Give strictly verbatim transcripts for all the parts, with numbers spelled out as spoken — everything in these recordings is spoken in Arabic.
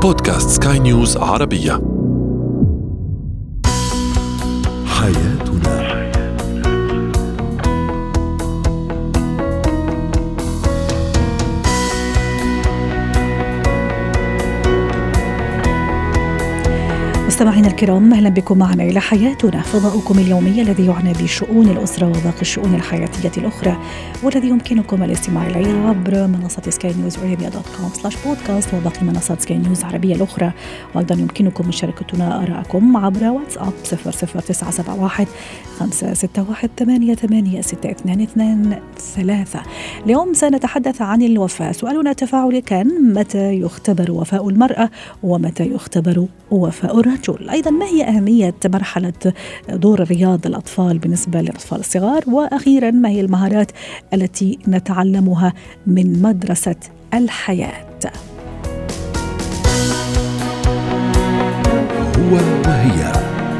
بودكاست سكاي نيوز عربية. حياتنا. مستمعينا الكرام، أهلا بكم معنا إلى حياتنا، فضاؤكم اليومي الذي يعنى بشؤون الأسرة وباقي الشؤون الحياتية الأخرى، والذي يمكنكم الاستماع إليه عبر منصة سكاي نيوز عربية دوت كوم سلاش بودكاست وباقي منصات سكاي نيوز عربية الأخرى. وأيضا يمكنكم مشاركتنا آراءكم عبر واتساب صفر صفر تسعة سبعة واحد خمسة ستة واحد ثمانية ثمانية ستة اثنان اثنان ثلاثة. اليوم سنتحدث عن الوفاة. سؤالنا التفاعلي كان: متى يختبر وفاء المرأة ومتى يختبر وفاء الرجل؟ أيضا ما هي أهمية مرحلة دور رياض الأطفال بالنسبة للأطفال الصغار؟ وأخيرا ما هي المهارات التي نتعلمها من مدرسة الحياة؟ هو وهي.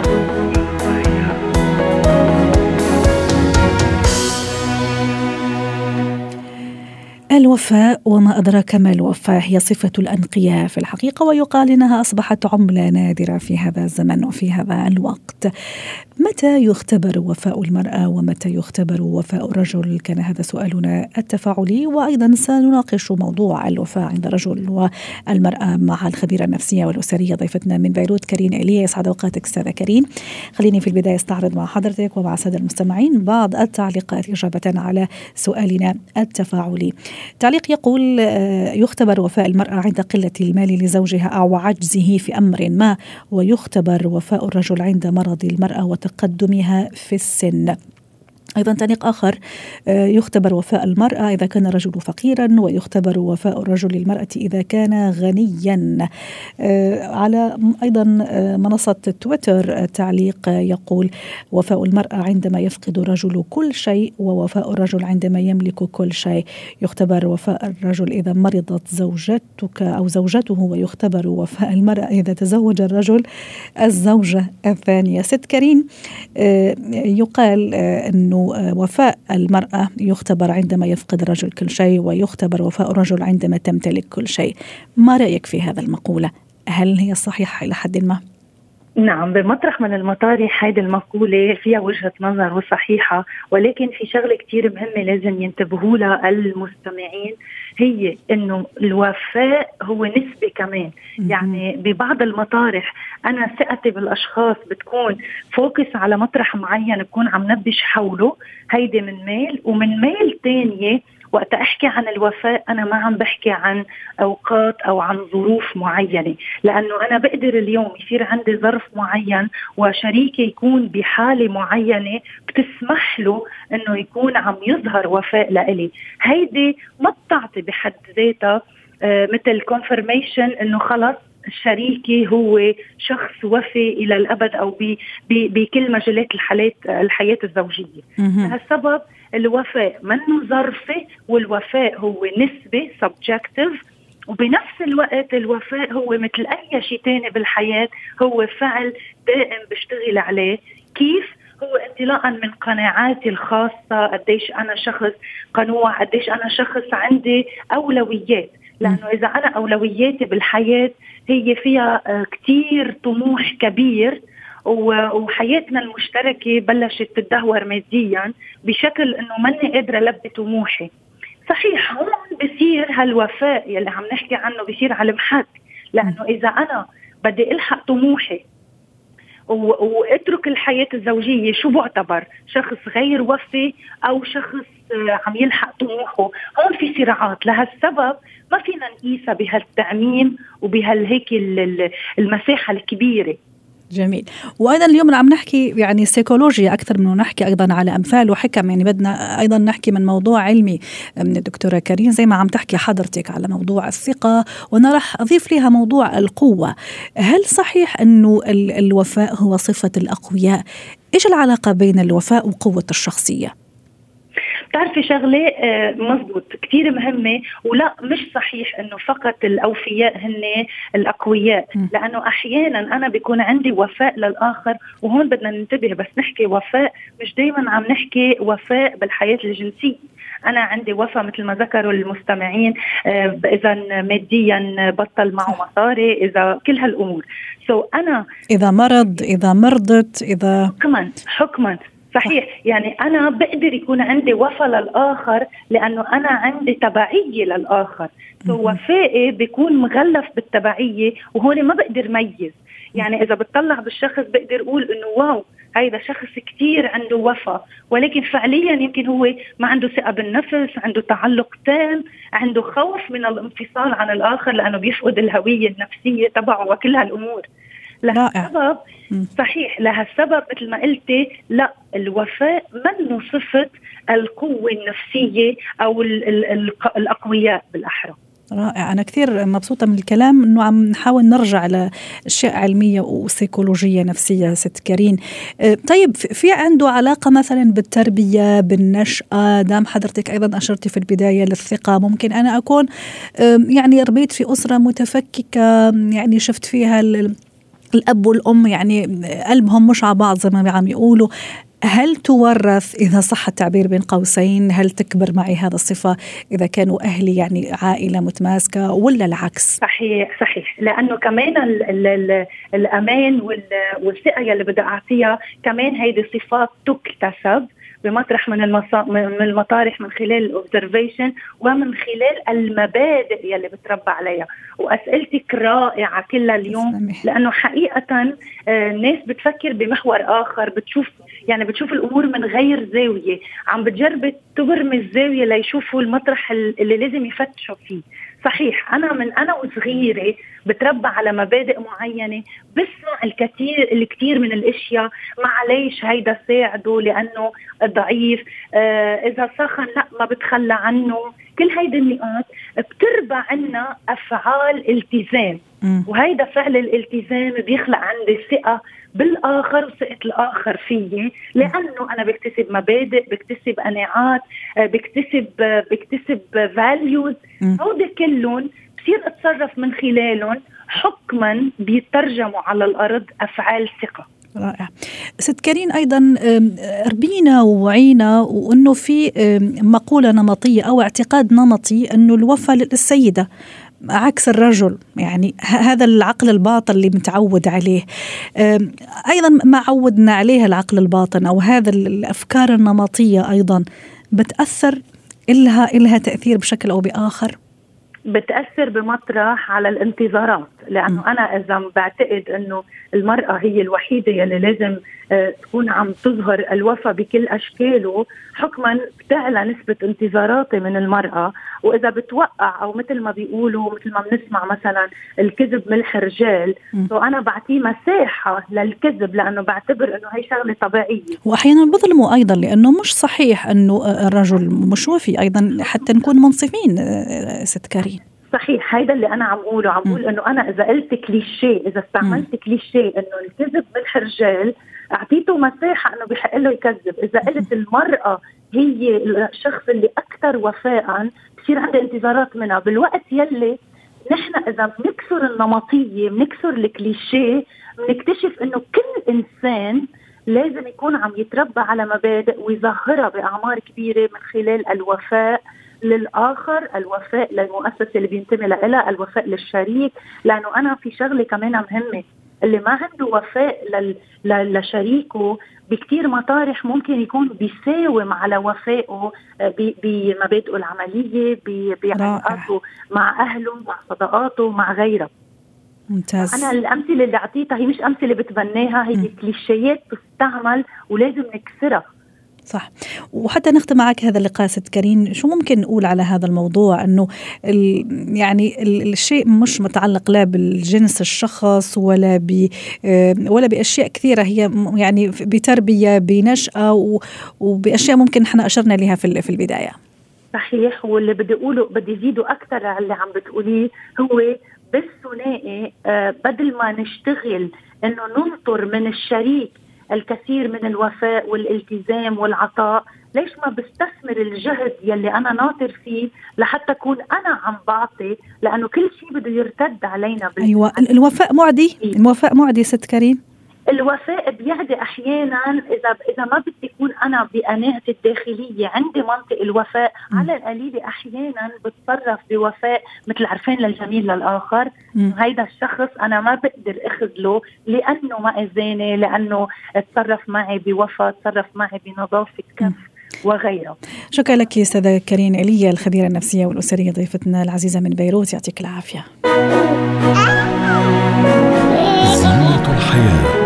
الوفاء وما أدراك ما الوفاء، هي صفة الأنقياء في الحقيقة، ويقال إنها أصبحت عملة نادرة في هذا الزمن وفي هذا الوقت. متى يختبر وفاء المرأة ومتى يختبر وفاء الرجل؟ كان هذا سؤالنا التفاعلي. وأيضا سنناقش موضوع الوفاء عند الرجل والمرأة مع الخبيرة النفسية والأسرية ضيفتنا من بيروت كارين إيليا. يسعد أوقاتك أستاذة كارين. خليني في البداية استعرض مع حضرتك ومع السادة المستمعين بعض التعليقات إجابة على سؤالنا التفاعلي. تعليق يقول: يختبر وفاء المرأة عند قلة المال لزوجها أو عجزه في أمر ما، ويختبر وفاء الرجل عند مرض المرأة وتقدمها في السن. أيضا تعليق آخر: يختبر وفاء المرأة إذا كان الرجل فقيرا، ويختبر وفاء الرجل للمرأة إذا كان غنيا. على أيضا منصة تويتر تعليق يقول: وفاء المرأة عندما يفقد الرجل كل شيء، ووفاء الرجل عندما يملك كل شيء. يختبر وفاء الرجل إذا مرضت زوجتك أو زوجته، ويختبر وفاء المرأة إذا تزوج الرجل الزوجة الثانية. ست كريم، يقال أنه وفاء المرأة يختبر عندما يفقد الرجل كل شيء، ويختبر وفاء الرجل عندما تمتلك كل شيء. ما رأيك في هذا المقولة؟ هل هي صحيحة إلى حد ما؟ نعم، بمطرح من المطارح هذه المقولة فيها وجهة نظر وصحيحة، ولكن في شغلة كتير مهمة لازم ينتبهوا لها المستمعين، هي إنه الوفاء هو نسبة كمان. يعني ببعض المطارح أنا ثقتي بالأشخاص بتكون فوكس على مطرح معين بكون عم نبش حوله، هيدي من ميل، ومن ميل تانية وقت أحكي عن الوفاء أنا ما عم بحكي عن أوقات أو عن ظروف معينة، لأنه أنا بقدر اليوم يصير عندي ظرف معين وشريكي يكون بحالة معينة بتسمح له أنه يكون عم يظهر وفاء لإلي. هيدي ما بتعطي بحد ذاتها آه مثل confirmation أنه خلص الشريكي هو شخص وفي إلى الأبد أو بكل مجالات الحالات الحياة الزوجية. لهالسبب الوفاء منه ظرفي، والوفاء هو نسبة subjective، وبنفس الوقت الوفاء هو مثل أي شيء تاني بالحياة، هو فعل دائم بشتغل عليه. كيف؟ هو انطلاقا من قناعاتي الخاصة، قديش أنا شخص قنوع، قديش أنا شخص عندي أولويات. لأنه إذا أنا أولوياتي بالحياة هي فيها كتير طموح كبير، وحياتنا المشتركة بلشت تدهور ماديا بشكل أنه ماني قادرة لبي طموحي. صحيح، هون بصير هالوفاء يلي عم نحكي عنه بصير على المحك، لأنه إذا أنا بدي ألحق طموحي واترك الحياة الزوجية، شو بعتبر شخص غير وفي أو شخص عم يلحق طموحه؟ هون في صراعات. لهالسبب ما فينا نقيسها بهالتعميم وبهالهيك المساحة الكبيرة. جميل. وأيضا اليوم عم نحكي يعني سيكولوجيا أكثر من نحكي أيضا على أمثال وحكم، يعني بدنا أيضا نحكي من موضوع علمي من الدكتورة كارين زي ما عم تحكي حضرتك على موضوع الثقة، وأنا رح أضيف لها موضوع القوة. هل صحيح أنه الوفاء هو صفة الأقوياء؟ إيش العلاقة بين الوفاء وقوة الشخصية؟ بتعرفي شغلة مزبوط كتير مهمة، ولا مش صحيح انه فقط الاوفياء هن الاقوياء، لانه احيانا انا بيكون عندي وفاء للاخر. وهون بدنا ننتبه، بس نحكي وفاء مش دايما عم نحكي وفاء بالحياة الجنسية. أنا عندي وفاء مثل ما ذكروا المستمعين، إذا ماديا بطل معه مصاري، إذا كل هالأمور. سو أنا إذا مرض، إذا مرضت، إذا حكما حكما صحيح. يعني أنا بقدر يكون عندي وفاء للآخر لأنه أنا عندي تبعية للآخر. سو وفائي بيكون مغلف بالتبعية، وهون ما بقدر ميز. يعني إذا بتطلع بالشخص بقدر أقول إنه واو هيدا شخص كتير عنده وفاء، ولكن فعليا يمكن هو ما عنده ثقة بالنفس، عنده تعلق تام، عنده خوف من الانفصال عن الآخر لأنه بيفقد الهوية النفسية تبعه وكل هالأمور. لهالسبب صحيح لهالسبب مثل ما قلتي، لا الوفاء منه صفة القوة النفسية أو ال ال ال الأقوياء بالأحرى. رائع. أنا كثير مبسوطة من الكلام، إنه عم نحاول نرجع لأشياء علمية وسيكولوجية نفسية. ست كريم، طيب في عنده علاقة مثلا بالتربية، بالنشأة؟ دام حضرتك أيضا أشرتي في البداية للثقة، ممكن أنا أكون يعني ربيت في أسرة متفككة، يعني شفت فيها الأب والأم يعني قلبهم مش على بعض زي ما عم يقولوا. هل تورث، إذا صح التعبير بين قوسين، هل تكبر معي هذا الصفة إذا كانوا أهلي يعني عائلة متماسكة، ولا العكس؟ صحيح صحيح، لأنه كمان ال ال ال الأمان والثقة اللي بدي أعطيها كمان هيدي صفات تكتسب بمطرح من المصا... من المطارح، من خلال الأوبزرفيشن ومن خلال المبادئ يلي بتربى عليها. وأسئلتك رائعة كلها اليوم، لأنه حقيقة الناس بتفكر بمحور آخر، بتشوف يعني بتشوف الأمور من غير زاوية، عم بتجرب تبرم الزاوية ليشوفوا المطرح اللي لازم يفتشوا فيه. صحيح أنا من أنا وصغيرة بتربى على مبادئ معينة، بسمع الكثير الكثير من الأشياء، معليش هيدا ساعده لأنه ضعيف، آه إذا سخن لا ما بتخلى عنه. كل هيدا النقاط بتربى عنا أفعال التزام، وهيدا فعل الالتزام بيخلق عندي ثقة بالآخر وثقة الآخر فيه، لأنه أنا بكتسب مبادئ، بكتسب قناعات، بكتسب بكتسب values. هودي كلهم بصير أتصرف من خلالهم، حكما بيترجموا على الأرض أفعال ثقة. رائع. ست كريم، أيضا ربينا ووعينا وأنه في مقولة نمطية أو اعتقاد نمطي أنه الوفاء للسيدة عكس الرجل، يعني هذا العقل الباطن اللي متعود عليه. أيضا ما عودنا عليه العقل الباطن أو هذا الأفكار النمطية أيضا بتأثر، إلها إلها تأثير بشكل أو بآخر. بتأثر بمطرح على الانتظارات، لأنه أنا إذا بعتقد أنه المرأة هي الوحيدة يلي لازم تكون عم تظهر الوفاء بكل أشكاله، حكما بتعلى نسبة انتظاراتي من المرأة. وإذا بتوقع أو مثل ما بيقولوا مثل ما بنسمع مثلا الكذب ملح الرجال، وأنا بعطيه مساحة للكذب لأنه بعتبر أنه هي شغلة طبيعية. وأحيانا بظلموا أيضا، لأنه مش صحيح أنه الرجل مش وفي أيضا، حتى نكون منصفين ست كريم. صحيح، هيدا اللي أنا عم أقوله. عم أقول أنه أنا إذا قلت كليشيه، إذا استعملت كليشيه أنه الكذب ملح الرجال، أعطيته مساحة أنه بيحق له يكذب. إذا قلت المرأة هي الشخص اللي أكثر وفاءً، بصير عندي انتظارات منها. بالوقت يلي نحن إذا بنكسر النمطية، بنكسر الكليشيه، بنكتشف أنه كل إنسان لازم يكون عم يتربى على مبادئ ويظهرها بأعمار كبيرة من خلال الوفاء للآخر، الوفاء للمؤسسة اللي بينتمي لها، الوفاء للشريك. لأنه أنا في شغلة كمان مهمة، اللي ما عنده وفاء لل... لشريكه بكتير مطارح ممكن يكون بيساوم على وفائه بمبادئه العملية، بعلاقاته مع أهله، مع صداقاته، مع غيره. ممتاز. أنا الأمثلة اللي أعطيتها هي مش أمثلة بتبناها، هي كليشيات تستعمل ولازم نكسرها. صح. وحتى نختم معك هذا اللقاء ست كريم، شو ممكن نقول على هذا الموضوع؟ أنه ال يعني ال الشيء مش متعلق لا بالجنس الشخص ولا ب ولا بأشياء كثيرة، هي يعني بتربية، بنشأة، وبأشياء ممكن احنا أشرنا لها في في البداية. صحيح. واللي بدي أقوله بدي زيده أكثر على اللي عم بتقوليه، هو بالثنائي بدل ما نشتغل إنه ننطر من الشريك الكثير من الوفاء والالتزام والعطاء، ليش ما بستثمر الجهد يلي أنا ناطر فيه لحتى أكون أنا عم بعطي، لأنه كل شيء بده يرتد علينا. أيوة، الوفاء معدي، الوفاء معدي ست كريم. الوفاء بيعدي أحيانا إذا إذا ما بدي يكون أنا بقناعتي الداخلية عندي منطق الوفاء، م. على القليل أحيانا بتصرف بوفاء مثل عرفان للجميل للآخر. هيدا الشخص أنا ما بقدر أخذله لأنه ما أذاني، لأنه تصرف معي بوفاء، تصرف معي بنظافة كف وغيره. شكرا لك أستاذة كريم إيليا، الخبيرة النفسية والأسرية، ضيفتنا العزيزة من بيروت، يعطيك العافية. زينة الحياة.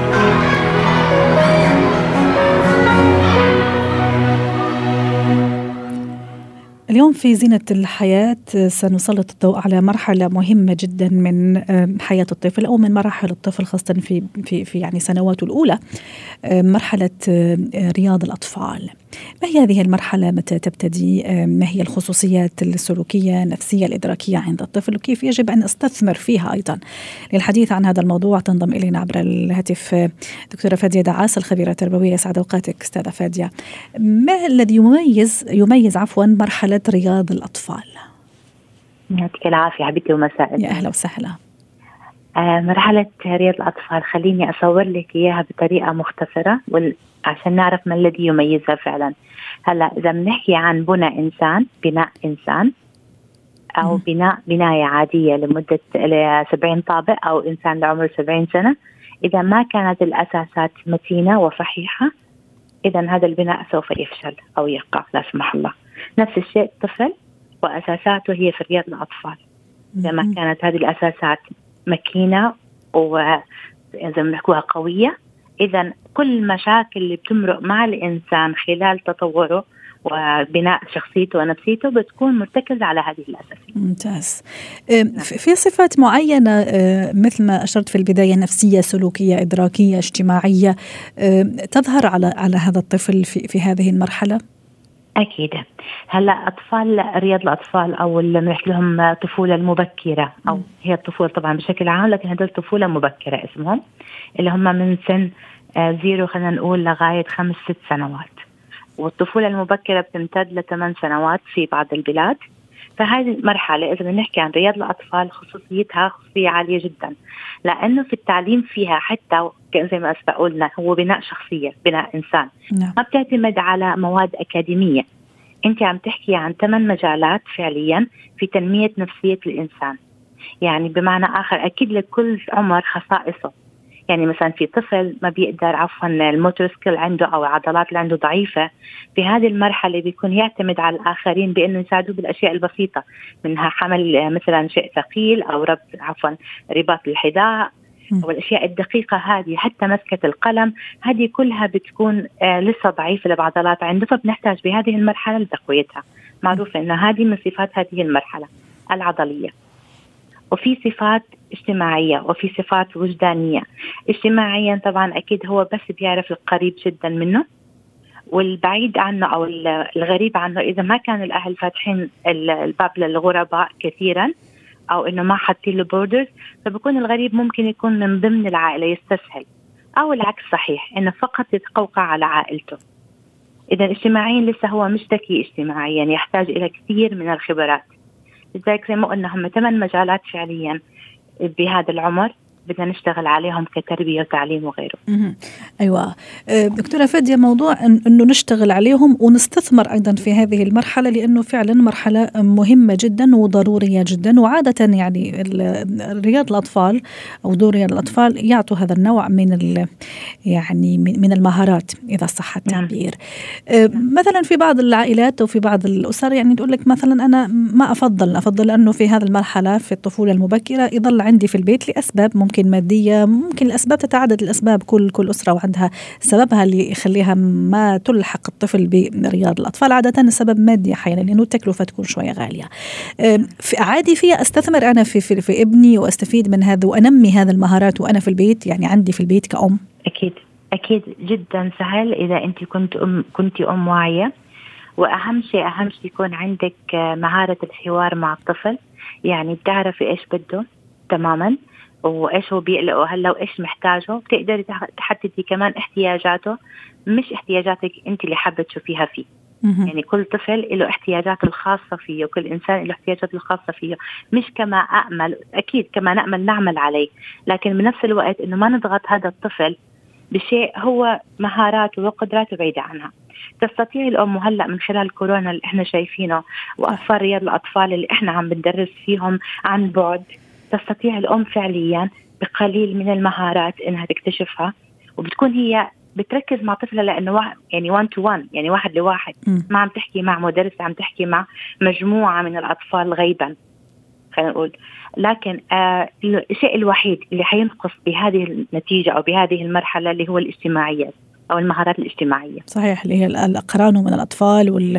اليوم في زينة الحياة سنسلط الضوء على مرحلة مهمة جدا من حياة الطفل أو من مراحل الطفل، خاصة في في في يعني سنواته الأولى، مرحلة رياض الأطفال. ما هي هذه المرحلة؟ متى تبتدي؟ ما هي الخصوصيات السلوكية النفسية الإدراكية عند الطفل؟ وكيف يجب أن أستثمر فيها أيضا؟ للحديث عن هذا الموضوع تنضم إلينا عبر الهاتف دكتورة فادية دعاس، الخبيرة التربوية. يسعد أوقاتك أستاذة فادية. ما الذي يميز يميز عفوا مرحلة رياض الأطفال؟ يعطيك العافية حبيبتي ومساء. يا أهلا وسهلا. آه مرحلة رياض الأطفال خليني أصور لك إياها بطريقة مختصرة وال... عشان نعرف ما الذي يميزها فعلا. هلا إذا بنحكي عن بناء إنسان، بناء إنسان أو م. بناء بناية عادية لمدة سبعين طابق أو إنسان لعمر سبعين سنة، إذا ما كانت الأساسات متينة وصحيحة إذا هذا البناء سوف يفشل أو يقع لا سمح الله. نفس الشيء الطفل وأساساته هي في رياض الأطفال، إذا ما كانت هذه الأساسات مكينة وإذا بنحكوها قوية، إذا كل المشاكل اللي بتمرق مع الإنسان خلال تطوره وبناء شخصيته ونفسيته بتكون مرتكزة على هذه الأساسية. ممتاز. في صفات معينة مثل ما أشرت في البداية، نفسية، سلوكية، إدراكية، اجتماعية، تظهر على على هذا الطفل في في هذه المرحلة؟ أكيد. هلا أطفال رياض الأطفال أو اللي بنحكي لهم طفولة المبكرة أو هي الطفولة طبعا بشكل عام، لكن هذول طفولة مبكرة اسمهم، اللي هم من سن زيرو خلينا نقول لغاية خمس ست سنوات، والطفولة المبكرة بتمتد لثمان سنوات في بعض البلاد. فهذه المرحلة إذا بنحكي عن رياض الأطفال خصوصيتها خصوصية عالية جدا، لأنه في التعليم فيها حتى زي ما قلنا هو بناء شخصية، بناء إنسان، ما بتعتمد على مواد أكاديمية. أنت عم تحكي عن ثمان مجالات فعليا في تنمية نفسية الإنسان. يعني بمعنى آخر أكيد لكل عمر خصائصه. يعني مثلا في طفل ما بيقدر عفوا الموتور سكيل عنده أو العضلات اللي عنده ضعيفة، في هذه المرحلة بيكون يعتمد على الآخرين بأنه يساعدوه بالأشياء البسيطة، منها حمل مثلا شيء ثقيل أو ربط عفوا رباط الحذاء أو الأشياء الدقيقة هذه، حتى مسكة القلم، هذه كلها بتكون آه لسه ضعيفة لعضلات عنده، فبنحتاج بهذه المرحلة لتقويتها. معروف أن هذه من صفات هذه المرحلة العضلية. وفي صفات اجتماعية وفي صفات وجدانية. اجتماعيا طبعا أكيد هو بس بيعرف القريب جدا منه والبعيد عنه أو الغريب عنه، إذا ما كان الأهل فاتحين الباب للغرباء كثيرا أو إنه ما حاطين له بوردرز، فبكون الغريب ممكن يكون من ضمن العائلة يستسهل، أو العكس صحيح إنه فقط يتقوقع على عائلته. إذا اجتماعيا لسه هو مش ذكي اجتماعيا، يحتاج إلى كثير من الخبرات. لذلك زي ما قلنا هم ثمان مجالات فعليا بهذا العمر بدنا نشتغل عليهم كتربية وتعليم وغيره. أيوة دكتورة فادية، موضوع أنه نشتغل عليهم ونستثمر أيضا في هذه المرحلة، لأنه فعلا مرحلة مهمة جدا وضرورية جدا. وعادة يعني رياض الأطفال أو دور رياض الأطفال يعطوا هذا النوع من يعني من المهارات إذا صح التعبير. نعم. مثلا في بعض العائلات أو في بعض الأسر يعني تقول لك مثلا أنا ما أفضل أفضل أنه في هذه المرحلة في الطفولة المبكرة يظل عندي في البيت لأسباب ممكن ممكن مادية، ممكن الأسباب تتعدد الأسباب، كل كل أسرة وعندها سببها اللي يخليها ما تلحق الطفل برياض الأطفال. عادة السبب مادي أحيانا لأنه التكلفة تكون شوية غالية. عادي فيها أستثمر أنا في, في في ابني وأستفيد من هذا وأنمي هذه المهارات وأنا في البيت، يعني عندي في البيت كأم. أكيد أكيد جدا سهل إذا أنت كنت أم كنت أم واعية. وأهم شيء أهم شيء يكون عندك مهارة الحوار مع الطفل، يعني بتعرفي إيش بده، تماما وإيش هو بيقلقه هلا وإيش محتاجه. بتقدري تحددي كمان احتياجاته، مش احتياجاتك أنت اللي حابة تشوفيها فيه. يعني كل طفل له احتياجاته الخاصة فيه، وكل إنسان له احتياجاته الخاصة فيه، مش كما أأمل. أكيد كما نأمل نعمل عليه، لكن بنفس الوقت إنه ما نضغط هذا الطفل بشيء هو مهاراته وقدراته بعيدة عنها. تستطيع الأم هلأ من خلال كورونا اللي إحنا شايفينه وأطفال رياض الأطفال اللي إحنا عم بندرس فيهم عن بعد، تستطيع الأم فعليا بقليل من المهارات إنها تكتشفها، وبتكون هي بتركز مع طفلها لأنه واحد يعني one to one، يعني واحد لواحد، ما عم تحكي مع مدرس، عم تحكي مع مجموعة من الأطفال غيبا خلينا نقول. لكن آه الشيء الوحيد اللي حينقص بهذه النتيجة أو بهذه المرحلة اللي هو الاجتماعيات أو المهارات الاجتماعية. صحيح، اللي هي الأقران من الأطفال وال...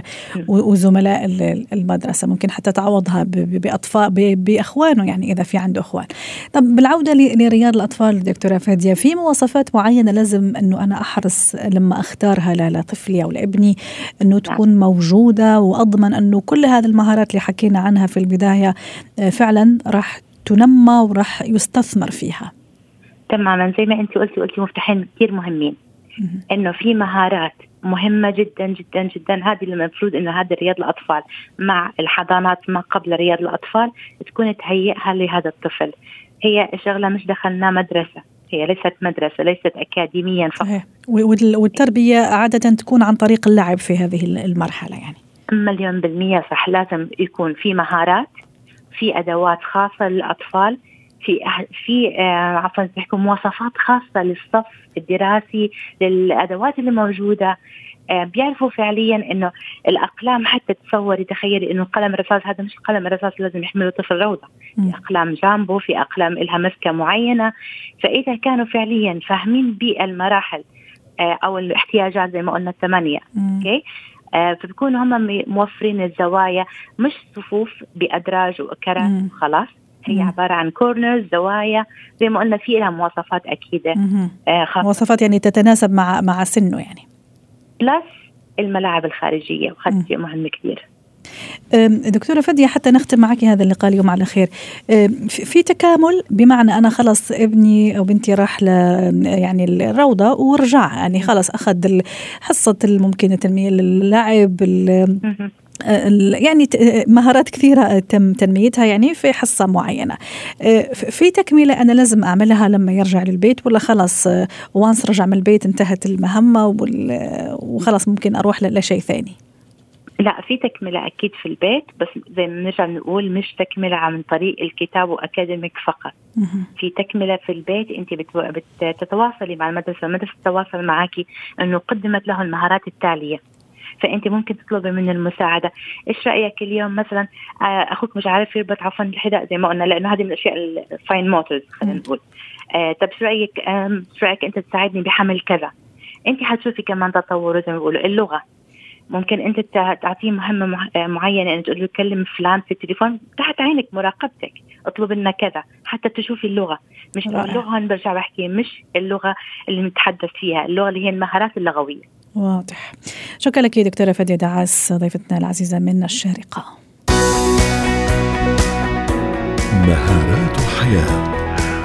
وزملاء المدرسة، ممكن حتى تعوضها بأطفال بأخوانه، يعني إذا في عنده أخوان. طب بالعودة لرياض الأطفال دكتورة فادية، في مواصفات معينة لازم أنه أنا أحرص لما أختارها لطفلي أو لابني أنه تكون موجودة، وأضمن أنه كل هذه المهارات اللي حكينا عنها في البداية فعلا راح تنمى وراح يستثمر فيها؟ تماما زي ما أنت قلتي قلتي مفتاحين كتير مهمين، إنه في مهارات مهمة جدا جدا جدا. هذه اللي المفروض إنه هذا رياض الأطفال مع الحضانات ما قبل رياض الأطفال تكون تهيئها لهذا الطفل. هي شغلة مش دخلنا مدرسة، هي ليست مدرسة، ليست أكاديميا فقط. والتربية عادة تكون عن طريق اللعب في هذه المرحلة، يعني مليون بالمية صح. لازم يكون في مهارات، في أدوات خاصة للأطفال، في في آه عفوا بيحكوا مواصفات خاصة للصف الدراسي، للأدوات اللي موجودة. آه بيعرفوا فعليا إنه الأقلام، حتى تصوري تخيلي إنه قلم الرصاص هذا مش القلم الرصاص لازم يحمله طفل روضة، في أقلام جامبو، في أقلام إلها مسكة معينة. فإذا كانوا فعليا فاهمين بالمراحل آه أو الاحتياجات زي ما قلنا الثمانية، أوكي، آه فبيكونوا هم موفرين الزوايا، مش صفوف بأدراج وكرات خلاص، هي عبارة عن كورنرز، زوايا زي ما قلنا، في لها مواصفات أكيدة آه مواصفات يعني تتناسب مع مع سنه يعني. بلس الملاعب الخارجية، وهذا شيء مهم كثير. دكتورة فادية، حتى نختم معك هذا اللقاء اليوم على خير، في تكامل، بمعنى أنا خلص ابني أو بنتي راح ل يعني الروضة ورجع، يعني خلص أخذ حصة الممكن التنمية اللعب يعني مهارات كثيرة تم تنميتها يعني في حصة معينة، في تكملة أنا لازم أعملها لما يرجع للبيت، ولا خلاص وانس رجع من البيت انتهت المهمة وخلاص ممكن أروح لشيء ثاني؟ لا، في تكملة أكيد في البيت، بس زي ما نرجع نقول مش تكملة عن طريق الكتاب وأكاديميك فقط. في تكملة في البيت، أنت بتتواصلي مع المدرسة، المدرسة تتواصل معك أنه قدمت له المهارات التالية، فأنت ممكن تطلبي من المساعدة. إيش رأيك اليوم مثلا أخوك مش عارف يربط عفوا الحذاء زي ما قلنا، لأنه هذه من الأشياء الفاين موتورز خلينا نقول. آه طب شو رأيك آه شو رأيك أنت تساعدني بحمل كذا؟ أنت حتشوفي كمان تطور زي ما بيقولوا. اللغة ممكن أنت تعطيه مهمة معينة، أن تقول له كلم فلان في التليفون تحت عينك مراقبتك، اطلب لنا كذا حتى تشوفي اللغة. مش اللغة أنا برجع بحكي مش اللغة اللي نتحدث فيها، اللغة اللي هي المهارات اللغوية. واضح. شكرا لك دكتورة فادية دعاس ضيفتنا العزيزة من الشارقة. مهارات الحياة.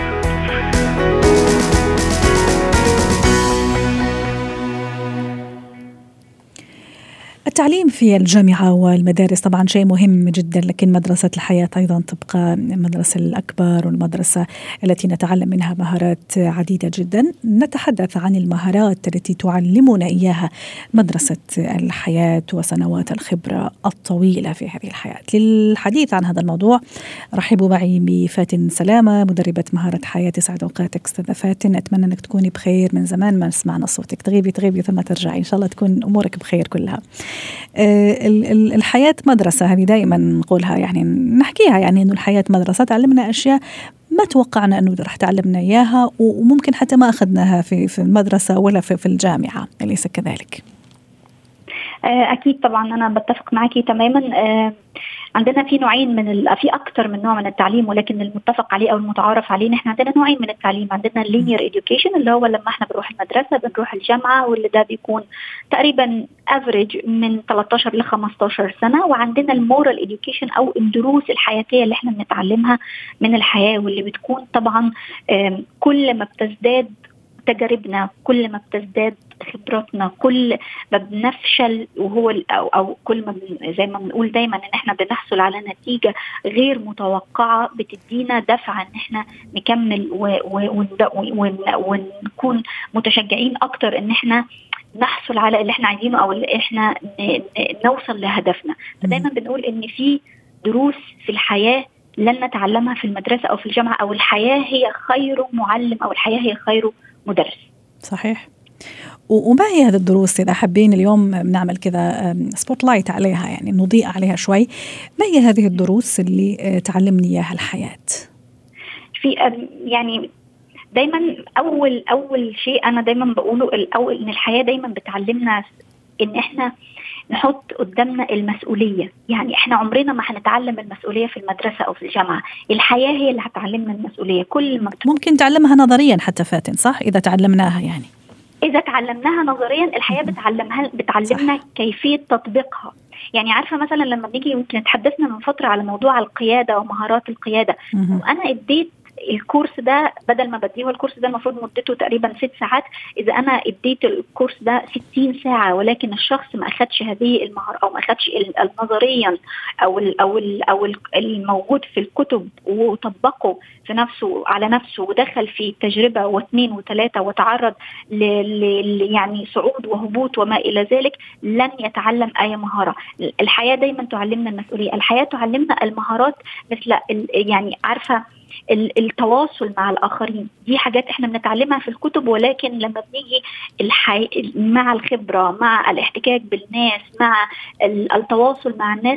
التعليم في الجامعة والمدارس طبعا شيء مهم جدا، لكن مدرسة الحياة أيضا تبقى المدرسة الأكبر والمدرسة التي نتعلم منها مهارات عديدة جدا. نتحدث عن المهارات التي تعلمنا إياها مدرسة الحياة وسنوات الخبرة الطويلة في هذه الحياة. للحديث عن هذا الموضوع رحبوا معي بفاتن سلامة، مدربة مهارة حياة. يسعد أوقاتك أستاذة فاتن، أتمنى أنك تكوني بخير، من زمان ما سمعنا صوتك، تغيبي تغيبي ثم ترجعي، إن شاء الله تكون أمورك بخير كلها. الحياة مدرسة، هذه دائما نقولها، يعني نحكيها، يعني إنه الحياة مدرسة تعلمنا أشياء ما توقعنا أنه رح تعلمنا إياها، وممكن حتى ما أخذناها في في المدرسة ولا في في الجامعة، أليس كذلك؟ أكيد طبعا أنا بتفق معك تماما. عندنا في نوعين من ال... في اكثر من نوع من التعليم، ولكن المتفق عليه او المتعارف عليه نحن عندنا نوعين من التعليم. عندنا اللينير اديوكيشن اللي هو لما احنا بنروح المدرسه بنروح الجامعه، واللي ده بيكون تقريبا افريج من ثلاثة عشر ل خمسة عشر سنه. وعندنا المورال اديوكيشن او الدروس الحياتيه اللي احنا بنتعلمها من الحياه، واللي بتكون طبعا كل ما بتزداد تجاربنا، كل ما بتزداد خبراتنا، كل ما بنفشل وهو أو, أو كل ما زي ما بنقول دايما إن إحنا بنحصل على نتيجة غير متوقعة بتدينا دفعة إن إحنا نكمل ونكون متشجعين أكتر إن إحنا نحصل على اللي إحنا عايزينه أو اللي إحنا نوصل لهدفنا. فدايما بنقول إن في دروس في الحياة لن نتعلمها في المدرسة أو في الجامعة، أو الحياة هي خير معلم أو الحياة هي خير مدرس. صحيح. وما هي هذه الدروس إذا حابين اليوم بنعمل كذا سبوت لايت عليها، يعني نضيء عليها شوي، ما هي هذه الدروس اللي تعلمني إياها الحياة؟ في يعني دايما أول أول شيء أنا دايما بقوله الأول إن الحياة دايما بتعلمنا إن إحنا نحط قدامنا المسؤولية. يعني إحنا عمرنا ما هنتعلم المسؤولية في المدرسة أو في الجامعة، الحياة هي اللي هتعلمنا المسؤولية. كل ما ممكن تعلمها نظريا حتى فاتن، صح؟ إذا تعلمناها يعني إذا تعلمناها نظريا الحياة بتعلمها بتعلمنا صح. كيفية تطبيقها. يعني عارفة مثلا لما بنيجي يمكن تحدثنا من فترة على موضوع القيادة ومهارات القيادة، وأنا اديت الكورس ده بدل ما بديه الكورس ده المفروض مدته تقريبا ست ساعات، إذا أنا اديت الكورس ده ستين ساعة ولكن الشخص ما أخدش هذه المهارة أو ما أخدش النظريا أو ال أو ال أو الموجود في الكتب وطبقه في نفسه على نفسه ودخل في تجربة واثنين وثلاثة وتعرض ل يعني صعود وهبوط وما إلى ذلك، لن يتعلم أي مهارة. الحياة دايما تعلمنا المسؤولية، الحياة تعلمنا المهارات مثل يعني عارفة التواصل مع الآخرين، دي حاجات احنا بنتعلمها في الكتب، ولكن لما بنيجي الحي... مع الخبرة مع الاحتكاك بالناس مع التواصل مع الناس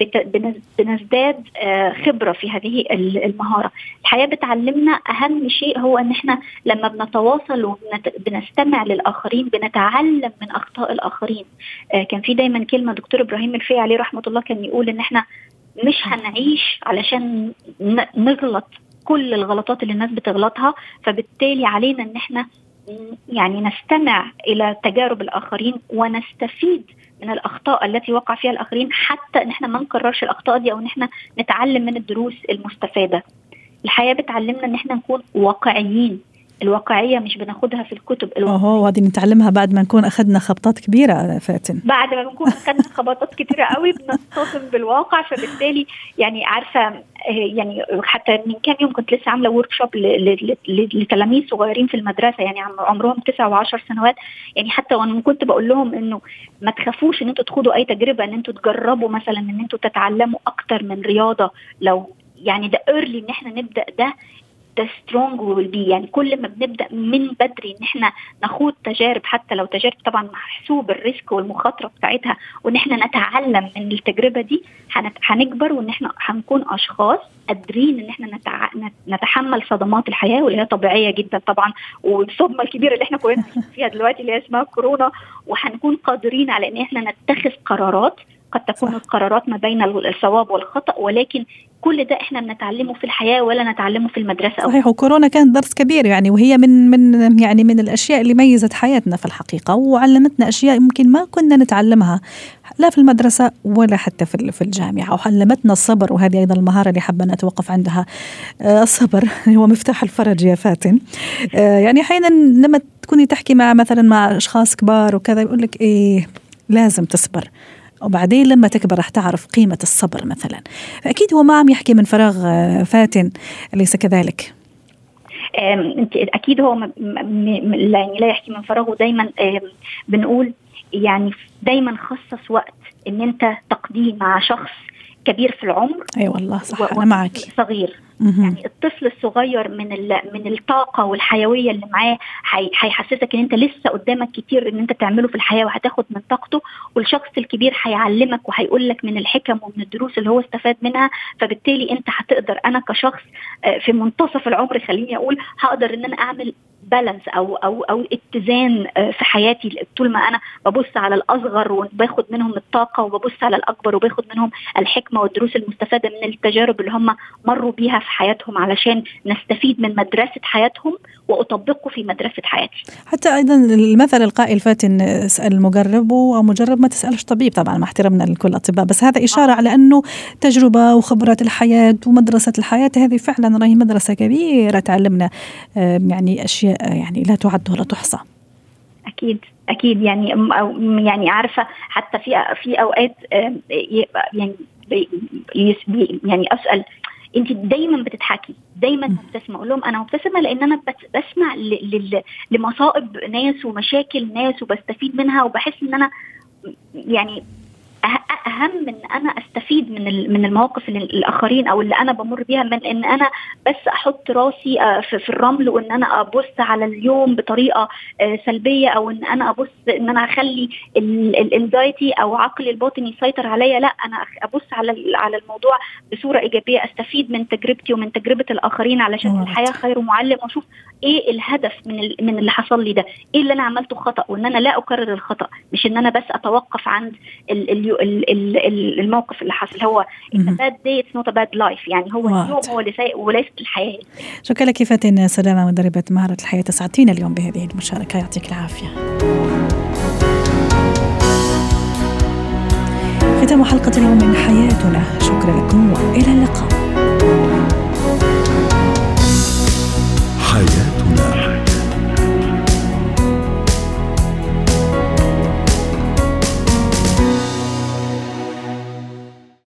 بنزداد خبرة في هذه المهارة. الحياة بتعلمنا أهم شيء هو أن احنا لما بنتواصل وبنستمع للآخرين بنتعلم من أخطاء الآخرين. كان في دايما كلمة دكتور إبراهيم الفقي عليه رحمة الله كان يقول أن احنا مش هنعيش علشان نغلط كل الغلطات اللي الناس بتغلطها، فبالتالي علينا ان احنا يعني نستمع الى تجارب الاخرين ونستفيد من الاخطاء التي وقع فيها الاخرين، حتى ان احنا ما نكررش الاخطاء دي او ان احنا نتعلم من الدروس المستفادة. الحياة بتعلمنا ان احنا نكون واقعيين، الواقعية مش بناخدها في الكتب. اوه وهذه نتعلمها بعد ما نكون أخذنا خبطات كبيرة فاتن. بعد ما نكون أخذنا خبطات كتيرة قوي بنتصدم بالواقع. فبالتالي يعني عارفة يعني حتى من كام يوم كنت لسه عاملة وركشوب لتلاميذ صغيرين في المدرسة، يعني عمرهم تسعة وعشر سنوات. يعني حتى وانا كنت بقول لهم انه ما تخافوش ان انتوا تخوضوا اي تجربة، ان انتوا تجربوا مثلا ان انتوا تتعلموا اكتر من رياضة، لو يعني ده early ان احنا نبدأ ده ده strong will be. يعني كل ما بنبدأ من بدري ان احنا نخوض تجارب، حتى لو تجارب طبعا محسوب الريسك والمخاطرة بتاعتها، وان احنا نتعلم من التجربة دي، هنكبر وان احنا هنكون اشخاص قادرين ان احنا نتع... نتحمل صدمات الحياة، واللي هي طبيعية جدا طبعا، والصدمة الكبيرة اللي احنا كلنا فيها دلوقتي اللي هي اسمها كورونا، وهنكون قادرين على ان احنا نتخذ قرارات قد تكون القرارات ما بين الصواب والخطأ، ولكن كل ده احنا بنتعلمه في الحياة ولا نتعلمه في المدرسة. صحيح. وكورونا كانت درس كبير يعني، وهي من من يعني من الأشياء اللي ميزت حياتنا في الحقيقة، وعلمتنا أشياء يمكن ما كنا نتعلمها لا في المدرسة ولا حتى في في الجامعة، وعلمتنا الصبر، وهذه أيضا المهارة اللي حابة نتوقف عندها. الصبر هو مفتاح الفرج يا فاتن. يعني أحيانا لما تكوني تحكي مع مثلا مع أشخاص كبار وكذا يقول لك إيه لازم تصبر، وبعدين لما تكبر رح تعرف قيمة الصبر مثلا. فأكيد هو ما عم يحكي من فراغ فاتن، أليس كذلك؟ أكيد هو لا يحكي من فراغ، ودايما بنقول يعني دايما خصص وقت ان انت تقضيه مع شخص كبير في العمر. اي أيوة والله صح، انا معك. صغير م-م. يعني الطفل الصغير من من الطاقه والحيويه اللي معاه هيحسسك ان انت لسه قدامك كتير ان انت تعمله في الحياه وهتاخد من طاقته، والشخص الكبير هيعلمك وهيقول لك من الحكم ومن الدروس اللي هو استفاد منها. فبالتالي انت هتقدر، انا كشخص في منتصف العمر خليني اقول، هقدر ان انا اعمل بالانس او او او اتزان في حياتي، طول ما انا ببص على الاصغر وباخد منهم الطاقه وببص على الاكبر وباخد منهم الحكمه والدروس المستفاده من التجارب اللي هم مروا بيها في حياتهم، علشان نستفيد من مدرسه حياتهم واطبقه في مدرسه حياتي. حتى ايضا المثل القائل فاتن اسال المجرب او مجرب ما تسالش طبيب، طبعا مع احترامنا لكل الاطباء، بس هذا اشاره على انه تجربه وخبرات الحياه ومدرسه الحياه هذه فعلا راهي مدرسه كبيره تعلمنا يعني اشياء يعني لا تعد ولا تحصى. اكيد اكيد يعني يعني عارفه حتى في في اوقات يعني يعني اسال انت دايما بتضحكي دايما مبتسمه، اقول لهم انا مبتسمه لان انا بسمع لمصائب ناس ومشاكل ناس وبستفيد منها، وبحس ان انا يعني اهم من انا استفيد من من المواقف اللي الاخرين او اللي انا بمر بيها، من ان انا بس احط راسي في الرمل وان انا ابص على اليوم بطريقه سلبيه، او ان انا ابص ان انا اخلي الانزايتي او عقلي الباطني يسيطر عليا. لا، انا ابص على على الموضوع بصوره ايجابيه، استفيد من تجربتي ومن تجربه الاخرين، علشان الحياه خير معلم، واشوف ايه الهدف من من اللي حصل لي ده، ايه اللي انا عملته خطا، وان انا لا اكرر الخطا، مش ان انا بس اتوقف عند ال الموقف اللي حصل. هو bad day it's not a bad life، يعني هو اليوم هو اللي سيء وليس الحياة. شكرا لك فاتن سلامة، مدربة مهارة الحياة، سعدتينا اليوم بهذه المشاركة، يعطيك العافية. ختام حلقة اليوم من حياتنا، شكرا لكم وإلى اللقاء.